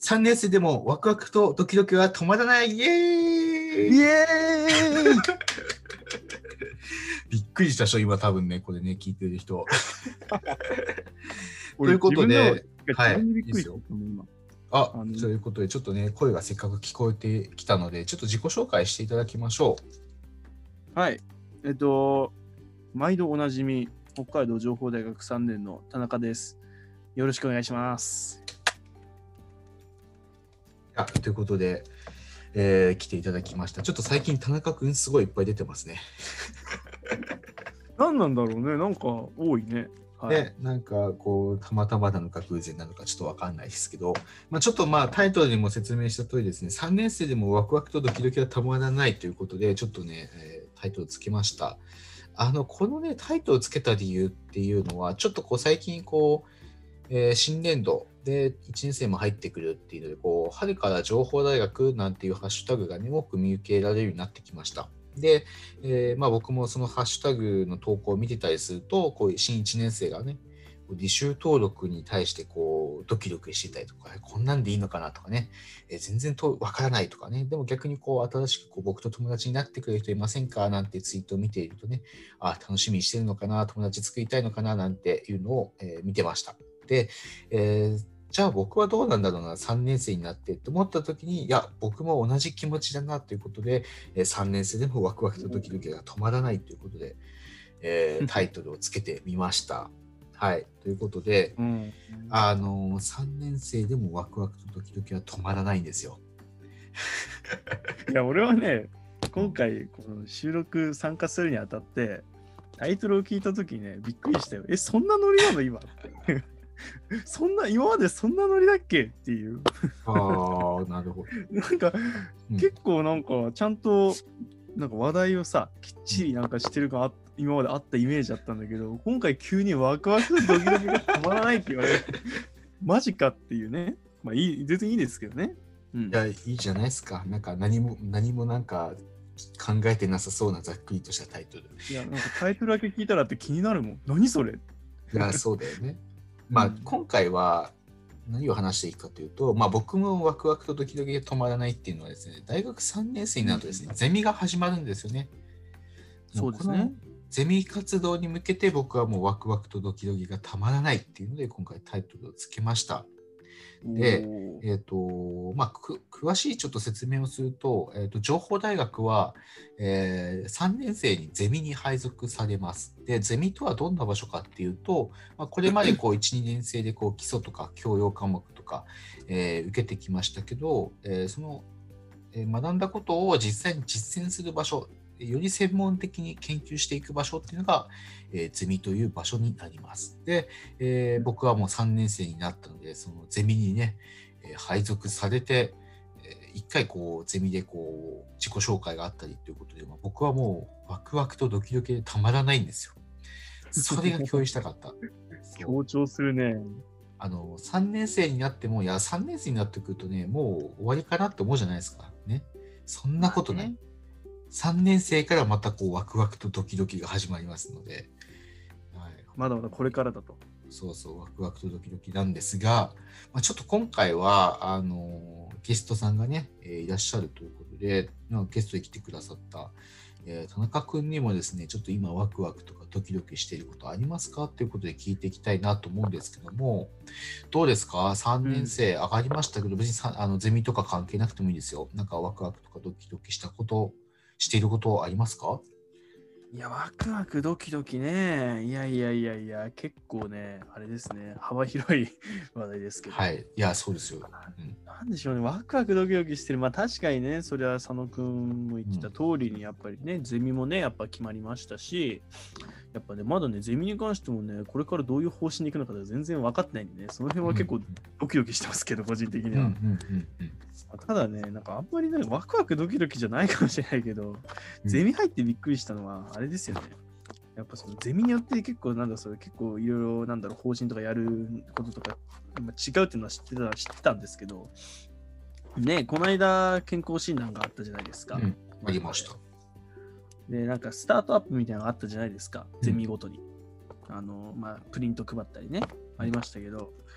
3年生でもワクワクとドキドキは止まらない。イエーイイエーイびっくりした人、今多分ね、これね、聞いてる人。ということで、はい、いいですよ。ということで、ちょっとね、声がせっかく聞こえてきたので、ちょっと自己紹介していただきましょう。はい。毎度おなじみ、北海道情報大学3年の田中です。よろしくお願いします。 ということで、来ていただきました。ちょっと最近田中くんすごいいっぱい出てますね。 何なんだろうね。なんか多いね。 はい、でなんかこうたまたまなのか偶然なのかちょっと分かんないですけど、ちょっとタイトルにも説明した通りですね、3年生でもワクワクとドキドキはたまらないということで、ちょっとね、タイトルつけました。このね、タイトルつけた理由っていうのは、ちょっとこう最近新年度で1年生も入ってくるっていうので、春から情報大学なんていうハッシュタグがね、多く見受けられるようになってきました。で、僕もそのハッシュタグの投稿を見てたりすると、新1年生がね、履修登録に対してドキドキしてたりとか、こんなんでいいのかなとかね、全然わからないとかね、でも逆に新しく僕と友達になってくれる人いませんかなんてツイートを見ているとね、楽しみにしてるのかな、友達作りたいのかななんていうのを、見てました。で、じゃあ僕はどうなんだろうな、3年生になってと思った時に、いや、僕も同じ気持ちだなということで、3年生でもワクワクとドキドキが止まらないということで、タイトルをつけてみました。はい。ということで、3年生でもワクワクとドキドキは止まらないんですよ。 いや、俺はね、今回、この収録参加するにあたって、タイトルを聞いたときにね、びっくりしたよ。そんなノリなの今今までそんなノリだっけっていう。 なるほど。 なんか、結構なんか、ちゃんと、なんか話題をさ、きっちりなんかしてるか今まであったイメージだったんだけど、今回急にワクワクとドキドキが止まらないって言われて、マジかっていうね。全然いいですけどね。 いや、いいじゃないですか。なんか何もなんか考えてなさそうなざっくりとしたタイトル。 いや、なんかタイトルだけ聞いたらって気になるもん。何それ？ いや、そうだよね。今回は何を話していくかというと、僕もワクワクとドキドキが止まらないっていうのはですね、大学3年生になるとですね、ゼミが始まるんですよね。 そうですね。 ゼミ活動に向けて僕はもうワクワクとドキドキがたまらないっていうので、今回タイトルをつけました。で、詳しいちょっと説明をすると、情報大学は、3年生にゼミに配属されます。で、ゼミとはどんな場所かっていうと、これまで1、2年生で基礎とか教養科目とか、受けてきましたけど、その、学んだことを実際に実践する場所、より専門的に研究していく場所っていうのが、ゼミという場所になります。で、僕はもう3年生になったので、そのゼミにね、配属されて、一回ゼミで自己紹介があったりということで、僕はもうワクワクとドキドキでたまらないんですよ。それが共有したかった。 強調するね。 3年生になっても、いや、3年生になってくるとね、もう終わりかなって思うじゃないですか。ね。そんなことない。3年生からまたワクワクとドキドキが始まりますので、 はい、まだまだこれからだと。 そうそう、ワクワクとドキドキなんですが、ちょっと今回はゲストさんがね、いらっしゃるということで、ゲストで来てくださった、田中君にもですね、ちょっと今ワクワクとかドキドキしていることありますかということで聞いていきたいなと思うんですけども、どうですか ?3 年生上がりましたけど、別にゼミとか関係なくてもいいですよ。なんかワクワクとかドキドキしていることありますか？ いや、ワクワクドキドキね。いや、結構ね、あれですね、幅広い話題ですけど。 はい。いや、そうですよ。 なんでしょうね、ワクワクドキドキしてる。確かにね、それは佐野くんも言ってた通りに、やっぱりね、ゼミもね、やっぱ決まりましたし、やっぱね、まだね、ゼミに関してもね、これからどういう方針に行くのか全然分かってないんでね、その辺は結構ドキドキしてますけど、個人的には。ただね、なんかあんまりね、ワクワクドキドキじゃないかもしれないけど、ゼミ入ってびっくりしたのは、あれですよね。やっぱそのゼミによって結構結構いろいろ方針とかやることとか違うっていうのは知ってたんですけど、ね、この間健康診断があったじゃないですか。 ありました。 で、なんかスタートアップみたいなのがあったじゃないですか、ゼミごとに。プリント配ったりね、ありましたけど、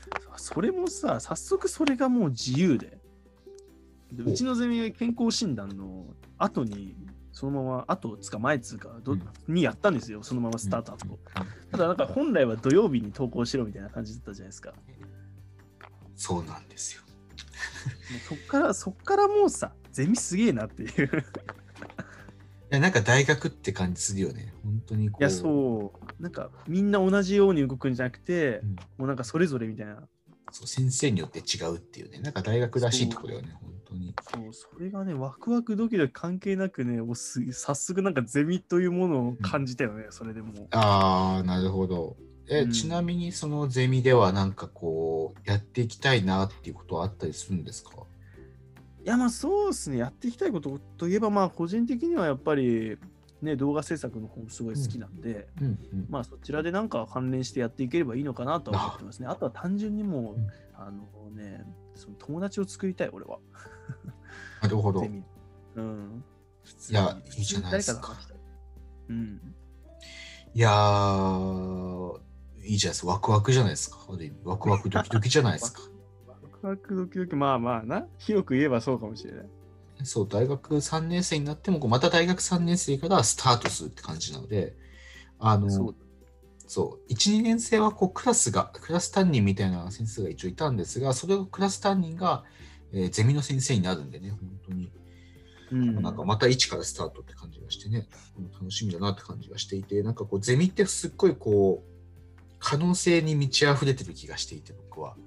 それもさ、早速それがもう自由で。うちのゼミ健康診断の後に、そのまま後つか前つかにやったんですよ、そのままスタートアップを。ただなんか本来は土曜日に投稿しろみたいな感じだったじゃないですか。 そうなんですよ。 もうそっからもうさ、ゼミすげえなっていう。 いやなんか大学って感じするよね。本当にこう。 いや、そう。なんかみんな同じように動くんじゃなくて、もうなんかそれぞれみたいな。 そう、先生によって違うっていうね。なんか大学らしいところだよね、本当に。 そう、それがね、ワクワクドキドキ関係なくね、早速なんかゼミというものを感じたよね、それでも。 ああ、なるほど。ちなみにそのゼミではなんかこう、やっていきたいなっていうことはあったりするんですか？ いや、まあそうですね、やっていきたいことといえば、まあ個人的にはやっぱり、ね、動画制作の方もすごい好きなんで、まあそちらでなんか関連してやっていければいいのかなとは思ってますね。あとは単純にもう、その友達を作りたい、俺は。 なるほど。いや、いいじゃないですか。いやー、いいじゃないですか。ワクワクじゃないですか。ワクワクドキドキじゃないですか。 ワクワクドキドキ、まあまあな。広く言えばそうかもしれない。 そう、大学3年生になっても、また大学3年生からスタートするって感じなので、そう、1、2年生はこうクラス担任みたいな先生が一応いたんですが、それをクラス担任が、ゼミの先生になるんでね、本当に。なんかまた一からスタートって感じがしてね、楽しみだなって感じがしていて、なんかこうゼミってすっごいこう、可能性に満ち溢れてる気がしていて、僕は。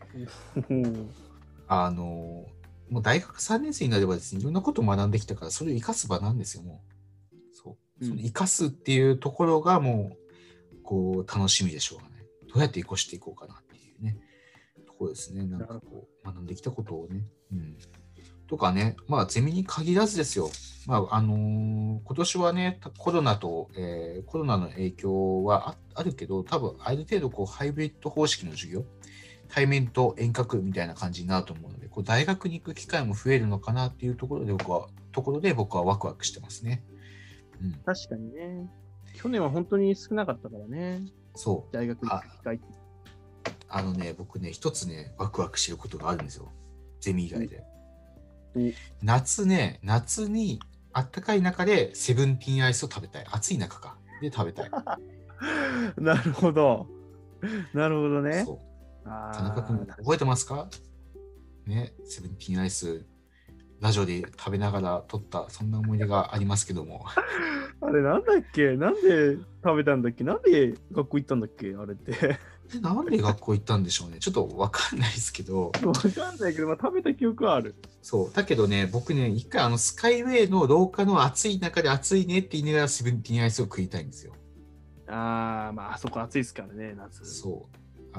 もう大学3年生になればですね、いろんなことを学んできたから、それを生かす場なんですよ、もう。そう。その生かすっていうところがもう、こう、楽しみでしょうがない。どうやって生かしていこうかなっていうね、ところですね。なんかこう、学んできたことをね。とかね、まあ、ゼミに限らずですよ。まあ、今年はね、コロナの影響はあるけど、多分、ある程度、こう、ハイブリッド方式の授業、対面と遠隔みたいな感じになると思うので、こう大学に行く機会も増えるのかなっていうところで僕はワクワクしてますね。 確かにね。去年は本当に少なかったからね。 そう。 大学に行く機会って。 僕ね、一つね、ワクワクしてることがあるんですよ。ゼミ以外で。夏にあったかい中でセブンティーンアイスを食べたい。暑い中か。で食べたい。 なるほど。なるほどね。 そう。田中君、覚えてますかね、セブンティーンアイス、ラジオで食べながら撮った、そんな思い出がありますけども。 あれ、なんだっけ？なんで食べたんだっけ？なんで学校行ったんだっけ？あれって。 なんで学校行ったんでしょうね。ちょっとわかんないですけど。 わかんないけど、食べた記憶はある。 そう。だけどね、僕ね、一回スカイウェイの廊下の暑い中で暑いねって言いながらセブンティーンアイスを食いたいんですよ。 まあ、あそこ暑いですからね、夏。 そう。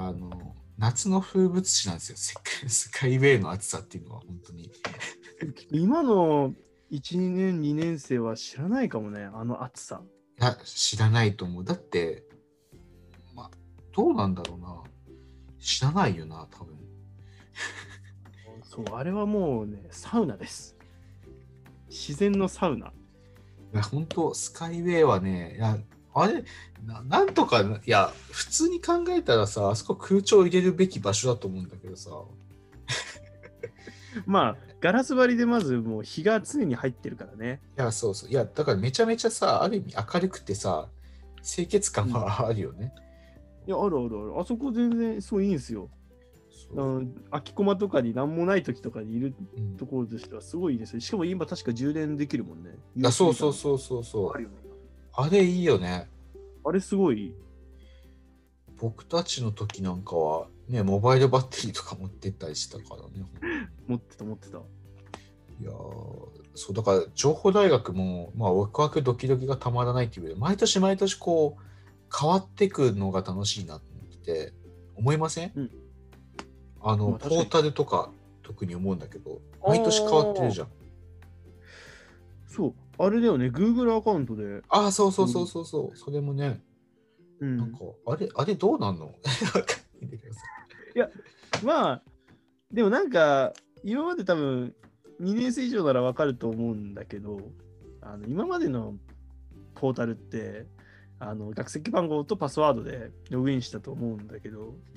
夏の風物詩なんですよ。スカイウェイの暑さっていうのは本当に。 今の1、2年、2年生は知らないかもね、あの暑さ。 いや、知らないと思う。だって、どうなんだろうな。知らないよな、多分。 そう、あれはもうね、サウナです。自然のサウナ。 いや、本当スカイウェイはね、いや、あれなんとか、いや、普通に考えたらさ、あそこ空調入れるべき場所だと思うんだけどさ。 まあ、ガラス張りでまずもう日が常に入ってるからね。 いや、そうそう。いや、だからめちゃめちゃさ、ある意味明るくてさ、清潔感はあるよね。 いや、あるあるある。あそこ全然そういいんですよ。空き駒とかに何もない時とかにいるところとしてはすごいですよ。しかも今確か充電できるもんね。 いや、そう。あれいいよね。 あれすごい。 僕たちの時なんかは、ね、モバイルバッテリーとか持ってったりしたからね。 持ってた。 いやそう、だから情報大学も、まあ、ワクワクドキドキがたまらないっていう毎年毎年こう、変わっていくのが楽しいなって思いません？ポータルとか特に思うんだけど、毎年変わってるじゃん。 そう、あれだよね、Google アカウントで。 そう。それもね、なんか、あれどうなんの？わかんないんだけどさ。 いや、まあ、でもなんか、今まで多分、2年生以上ならわかると思うんだけど、今までのポータルって、学籍番号とパスワードでログインしたと思うんだけど、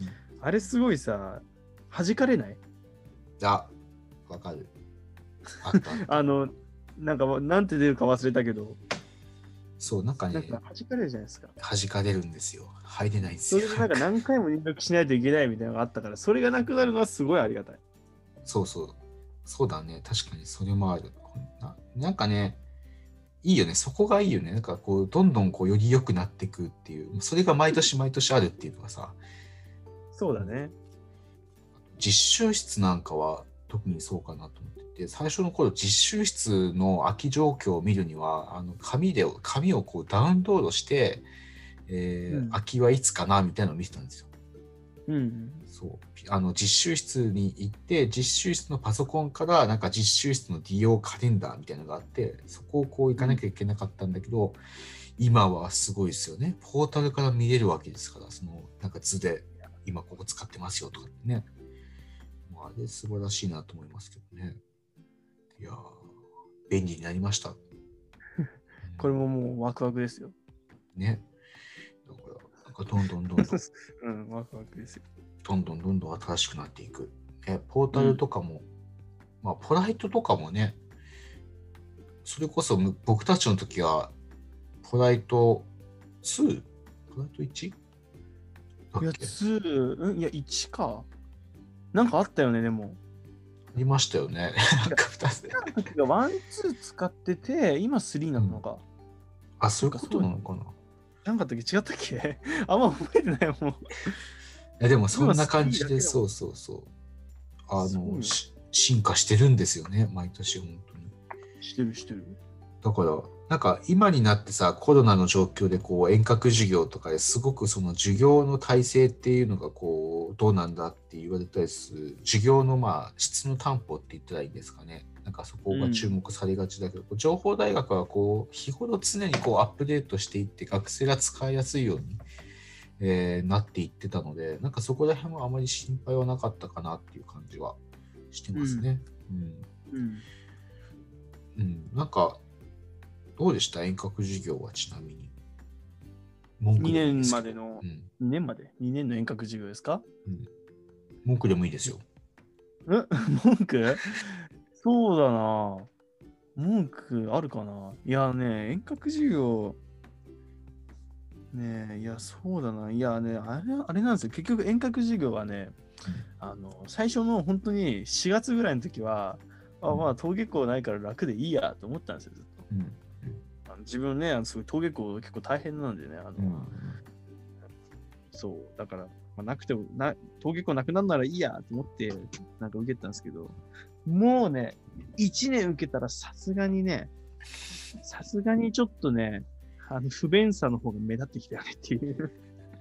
あれすごいさ、弾かれない？ あ、わかる。あったあった。 なんか、なんて出るか忘れたけど、 そう、なんかね、 なんか弾かれるじゃないですか。 弾かれるんですよ。入れないんですよ。 それでなんか何回も入力しないといけないみたいなのがあったから、それがなくなるのはすごいありがたい。 そうそう。そうだね。確かにそれもある。なんかね、いいよね。そこがいいよね。なんかこう、どんどんこう、より良くなっていくっていう。それが毎年毎年あるっていうのがさ、 そうだね。 実習室なんかは特にそうかなと思ってて、最初の頃実習室の空き状況を見るには、紙をこうダウンロードして、空きはいつかなみたいなのを見てたんですよ。 うん。 そう。実習室に行って、実習室のパソコンからなんか実習室の利用カレンダーみたいなのがあって、そこをこう行かなきゃいけなかったんだけど、今はすごいですよね。ポータルから見れるわけですから、なんか図で今ここ使ってますよとかってね。あれ素晴らしいなと思いますけどね。いやー、便利になりました。 これももうワクワクですよ。 ね。だから、なんかどんどんどんどん、 うん、ワクワクですよ。 どんどんどんどん新しくなっていく。ポータルとかも、まあ、ポライトとかもね、それこそ僕たちの時は、ポライト 2? ポライト 1? だいや、 っけ 2、いや、1か。なんかあったよね、でも。 ありましたよね。なんか2つで。 時が1、2使ってて、今3なのか。 あ、そういうことなのかな。 なんかったっけ違ったっけあんま覚えてないもん。 でもそんな感じで、 今3だけだもんそう。 すごいよ進化してるんですよね、毎年本当に。 してる。 だから、なんか今になってさ、コロナの状況でこう遠隔授業とかですごくその授業の体制っていうのがこうどうなんだって言われたりする、授業のまあ質の担保って言ったらいいんですかね。なんかそこが注目されがちだけど、情報大学はこう日頃常にこうアップデートしていって学生が使いやすいように、なっていってたので、なんかそこら辺はあまり心配はなかったかなっていう感じはしてますね。なんかどうでした遠隔授業はちなみに。 2年までの、 2 年の遠隔授業ですか？ 文句でもいいですよ。 文句そうだな。文句あるかな。いやね、遠隔授業、ねえ、いや、そうだな。いやね、あれなんですよ。結局遠隔授業はね、最初の本当に4月ぐらいの時は、まあ登下校ないから楽でいいやと思ったんですよ、ずっと。自分ね、すごい登下校結構大変なんでね、そう、だから、なくても登下校なくなるならいいやと思って、なんか受けたんですけど、もうね、1年受けたらさすがにちょっとね、不便さの方が目立ってきたよねっていう。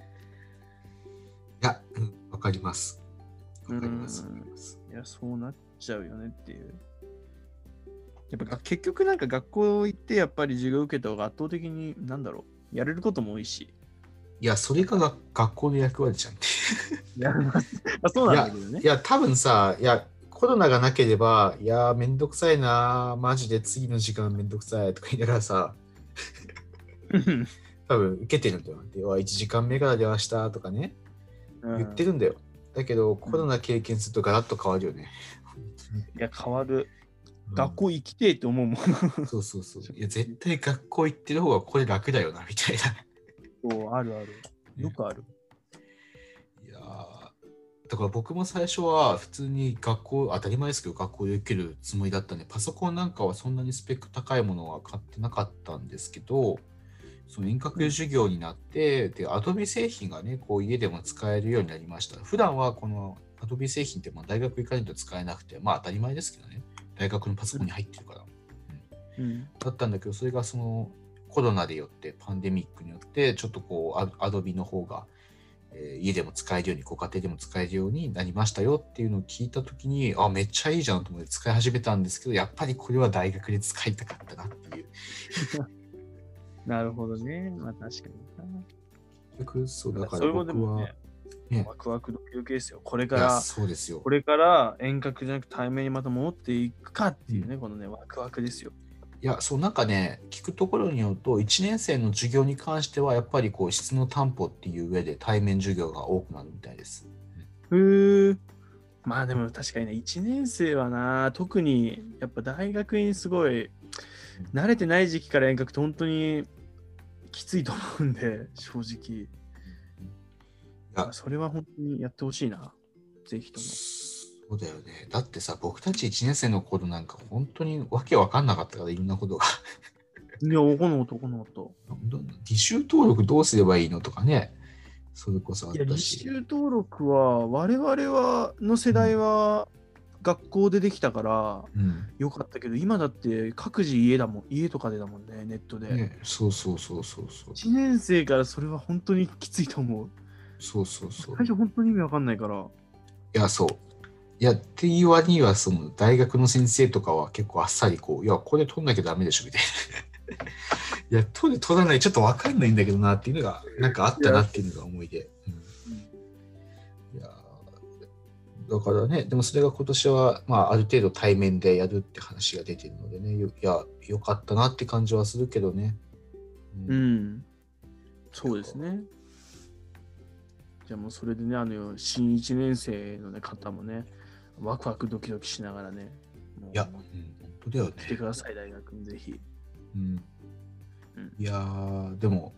いや、わかります。わかります。 いや、そうなっちゃうよねっていう。やっぱ結局なんか学校行ってやっぱり授業受けた方が圧倒的にやれることも多いし。 いや、それが学校の役割じゃんって。 そうなんだけどね。 いや、多分さ、コロナがなければ、めんどくさいな、マジで次の時間めんどくさいとか言いながらさ、多分受けてるんだよ。1時間目から出ましたとかね、言ってるんだよ。だけど、コロナ経験するとガラッと変わるよね。 いや、変わる。学校行きてえって思うもん。 そう。いや、絶対学校行ってる方がこれ楽だよな、みたいな。 そう、ある。よくある。 いやだから僕も最初は普通に学校、当たり前ですけど、学校で受けるつもりだったんで、パソコンなんかはそんなにスペック高いものは買ってなかったんですけど、その遠隔授業になって、で、Adobe 製品がね、こう家でも使えるようになりました。普段はこの Adobe 製品って大学行かないと使えなくて、当たり前ですけどね、大学のパソコンに入ってるから。だったんだけど、それがそのコロナでよって、パンデミックによって、ちょっとこう、Adobe の方が、家でも使えるように、ご家庭でも使えるようになりましたよっていうのを聞いたときに、めっちゃいいじゃんと思って使い始めたんですけど、やっぱりこれは大学で使いたかったなっていう。 なるほどね。確かに。そうだから僕は、ワクワクドキドキですよ。これから、遠隔じゃなく対面にまた戻っていくかっていうね、このね、ワクワクですよ。 いや、なんかね、聞くところによると、1年生の授業に関しては、やっぱりこう質の担保っていう上で対面授業が多くなるみたいです。 まあでも確かにね、1年生はな、特にやっぱ大学にすごい慣れてない時期から遠隔って本当にきついと思うんで、正直。それは本当にやってほしいな。ぜひとも。 そうだよね。だってさ、僕たち1年生の頃なんか本当にわけわかんなかったから、いろんなことが。 いや、わかんなかった、わかんなかった。 履修登録どうすればいいのとかね。それこそあっいや、履たし。 修登録は、我々の世代は学校でできたからよかったけど、今だって各自家とかでだもんね、ネットで。 ね、そう。 1年生からそれは本当にきついと思う。 そう。 最初本当に意味わかんないから。 いや、そう。いや、っていう割には、その大学の先生とかは結構あっさりいや、これ取んなきゃダメでしょ、みたいな。いや、取らない、ちょっとわかんないんだけどなっていうのが、なんかあったなっていうのが思いで。いや、だからね、でもそれが今年は、まあ、ある程度対面でやるって話が出てるのでね、よかったなって感じはするけどね。 そうですね。じゃあもうそれでね、新1年生の、方もね、ワクワクドキドキしながらね、 いや、本当だよね。 来てください、大学にぜひ。 いやー、でも、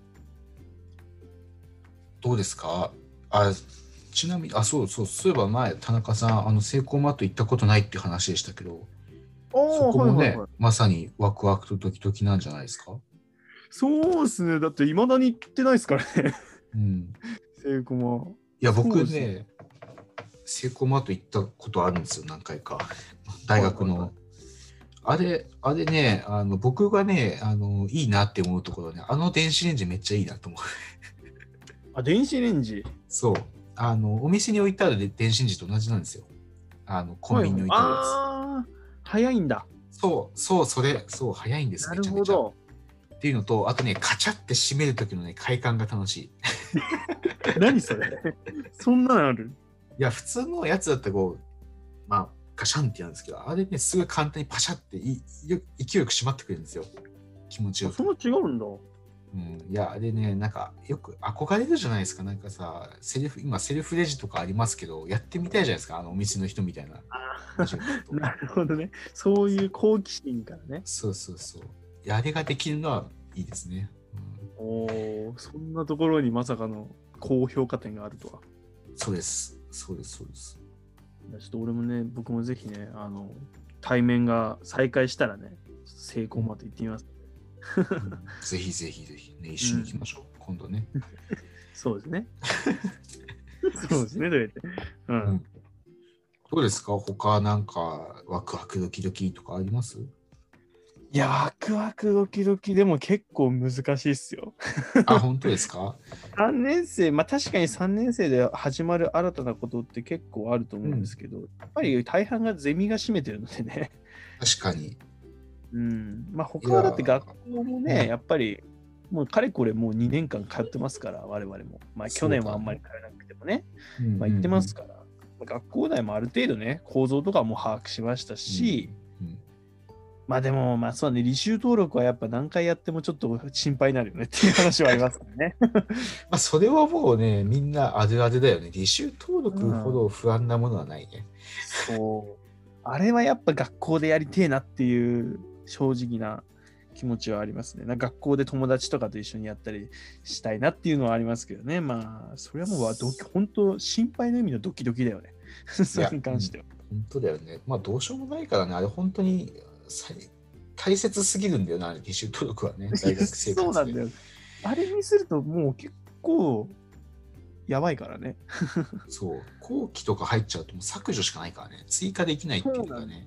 どうですか？ちなみに、そういえば前、田中さん、セイコーマート行ったことないっていう話でしたけど、そこもね、まさにワクワクとドキドキなんじゃないですか？ そうですね。だって、いまだに行ってないですからね。セイコーマー。 いや、僕ね、セイコーマート行ったことあるんですよ、何回か。大学の。あれね、僕がね、いいなって思うところね、電子レンジめっちゃいいなと思う。 電子レンジ？ そう。お店に置いてある電子レンジと同じなんですよ。コンビニに置いてあるやつ。 早いんだ。 そう、早いんです。 なるほど。 っていうのと、あとね、カチャって閉める時のね、快感が楽しい。 何それそんなのある？ いや、普通のやつだったらまあ、ガシャンってやるんですけど、あれね、すごい簡単にパシャって勢いよく閉まってくれるんですよ。気持ちよく。 そんな違うんだ。 いや、あれね、なんか、よく憧れるじゃないですか。なんかさ、今、セルフレジとかありますけど、やってみたいじゃないですか。お店の人みたいな。 なるほどね。そういう好奇心からね。 そう。いや、あれができるのはいいですね。 そんなところにまさかの高評価点があるとは。 そうです。ちょっと俺もね、僕もぜひね、対面が再開したらね、セイコーマート行ってみます。 ぜひ、ね、一緒に行きましょう、今度ね。 そうですね。そうですね、どうやって。 どうですか？他なんかワクワクドキドキとかあります？ いや、ワクワクドキドキでも結構難しいっすよ。 本当ですか ？3年生、まあ確かに3年生で始まる新たなことって結構あると思うんですけど、やっぱり大半がゼミが占めてるのでね。 確かに。 まあ他はだって学校もね、やっぱりもうかれこれもう2年間通ってますから、我々も。まあ去年はあんまり通えなくてもね、まあ行ってますから、学校内もある程度ね、構造とかも把握しましたし、まあでも、まあそうね、履修登録はやっぱ何回やってもちょっと心配になるよねっていう話はありますよね。 まあそれはもうね、みんなあるあるだよね。履修登録ほど不安なものはないね。 そう。あれはやっぱ学校でやりてえなっていう正直な気持ちはありますね。学校で友達とかと一緒にやったりしたいなっていうのはありますけどね。まあ、それはもう本当心配の意味のドキドキだよね。それに関しては。 本当だよね。まあどうしようもないからね。あれ本当に大切すぎるんだよな、履修登録はね。大学生活で。 そうなんだよ。あれにするともう結構やばいからね。 そう。後期とか入っちゃうともう削除しかないからね。追加できないっていうのがね。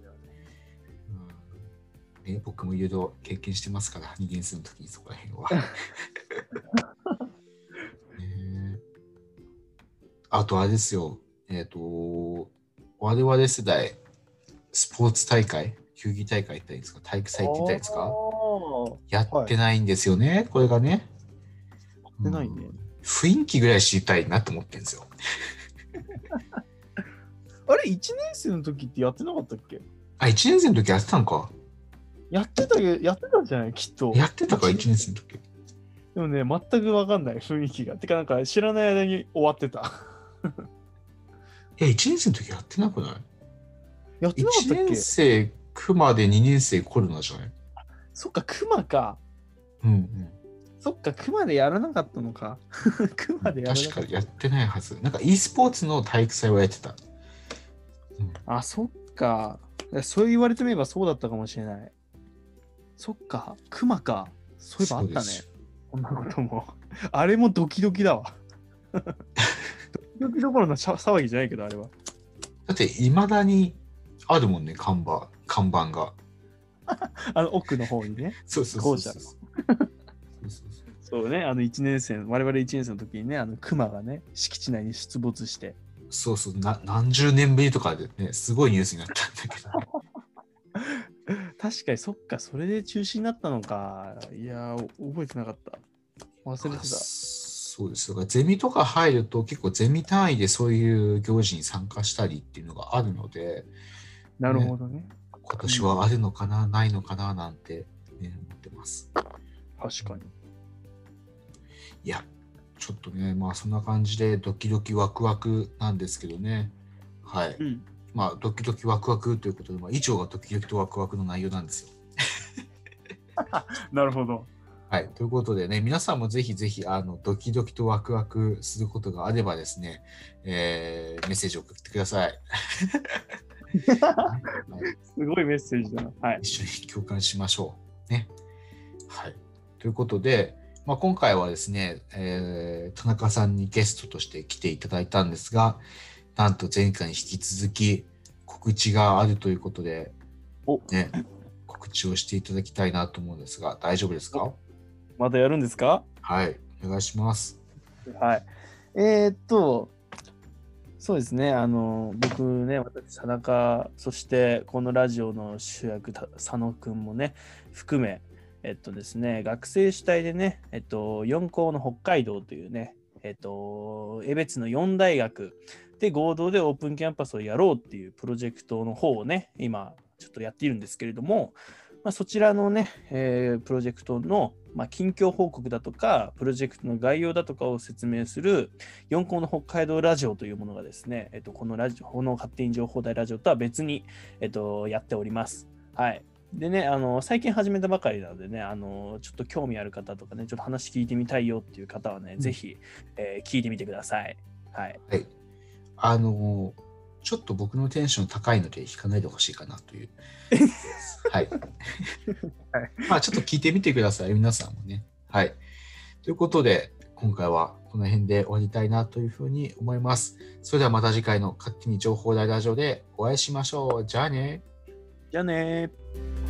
僕もいろいろ経験してますから、2年生の時にそこら辺は。あとあれですよ。我々世代、スポーツ大会、球技大会って言ったらいいんですか、体育祭って言ったらいいんですか、やってないんですよね、これがね。 やってないね。 雰囲気ぐらい知りたいなって思ってるんですよ。 あれ、1年生の時ってやってなかったっけ？ 1年生の時やってたのか。 やってたんじゃないきっと。 やってたか、1年生の時。 でもね、全く分かんない雰囲気が。てか、なんか知らない間に終わってた。 1年生の時やってなくない？ やってなかったっ 1 け？ 年生、熊で2年生コロナじゃない？ そっか、熊か。 うんうん。 そっか、熊でやらなかったのか。熊でやらな確かった。 かやってないはず。なんか e スポーツの体育祭はやってた。 あ、そっか。そう言われてみればそうだったかもしれない。そっか、熊か。そういえばあったね。 そうです。 こんなことも。あれもドキドキだわ。ドキドキどころの騒ぎじゃないけど、あれは。 だっていまだにあるもんね、看板が。 奥の方にね。 そうそうそうそう。 そうね、1年生、我々1年生の時にね、熊がね、敷地内に出没して。 そうそう、何十年ぶりとかでね、すごいニュースになったんだけど。 確かにそっか、それで中止になったのか。いやー、覚えてなかった。忘れてた。 そうです。だからゼミとか入ると結構ゼミ単位でそういう行事に参加したりっていうのがあるので、 なるほどね。 今年はあるのかな、ないのかななんて、ね、思ってます。 確かに。 いや、ちょっとね、まあそんな感じでドキドキワクワクなんですけどね。はい。まあドキドキワクワクということで、以上がドキドキとワクワクの内容なんですよ。 なるほど。 はい。ということでね、皆さんもぜひぜひ、ドキドキとワクワクすることがあればですね、メッセージを送ってください。 すごいメッセージだな。はい。 一緒に共感しましょう。ね。はい。ということで、今回はですね、田中さんにゲストとして来ていただいたんですが、なんと前回に引き続き告知があるということで、ね、告知をしていただきたいなと思うんですが、大丈夫ですか？ またやるんですか？ はい、お願いします。 はい。そうですね、僕ね、私、田中、そしてこのラジオの主役、佐野くんもね、含め、ですね、学生主体でね、4校の北海道というね、江別の4大学で合同でオープンキャンパスをやろうっていうプロジェクトの方をね、今、ちょっとやっているんですけれども、そちらのね、プロジェクトの、近況報告だとか、プロジェクトの概要だとかを説明する4校の北海道ラジオというものがですね、このラジオの勝手に情報大ラジオとは別に、やっております。はい。でね、最近始めたばかりなのでね、ちょっと興味ある方とかね、ちょっと話聞いてみたいよっていう方はね、ぜひ、聞いてみてください。はい。 はい。ちょっと僕のテンション高いので引かないでほしいかなという。はい。はい、ちょっと聞いてみてください、皆さんもね。はい。ということで、今回はこの辺で終わりたいなというふうに思います。それではまた次回の勝手に情報大ラジオでお会いしましょう。じゃあね。 じゃあねー。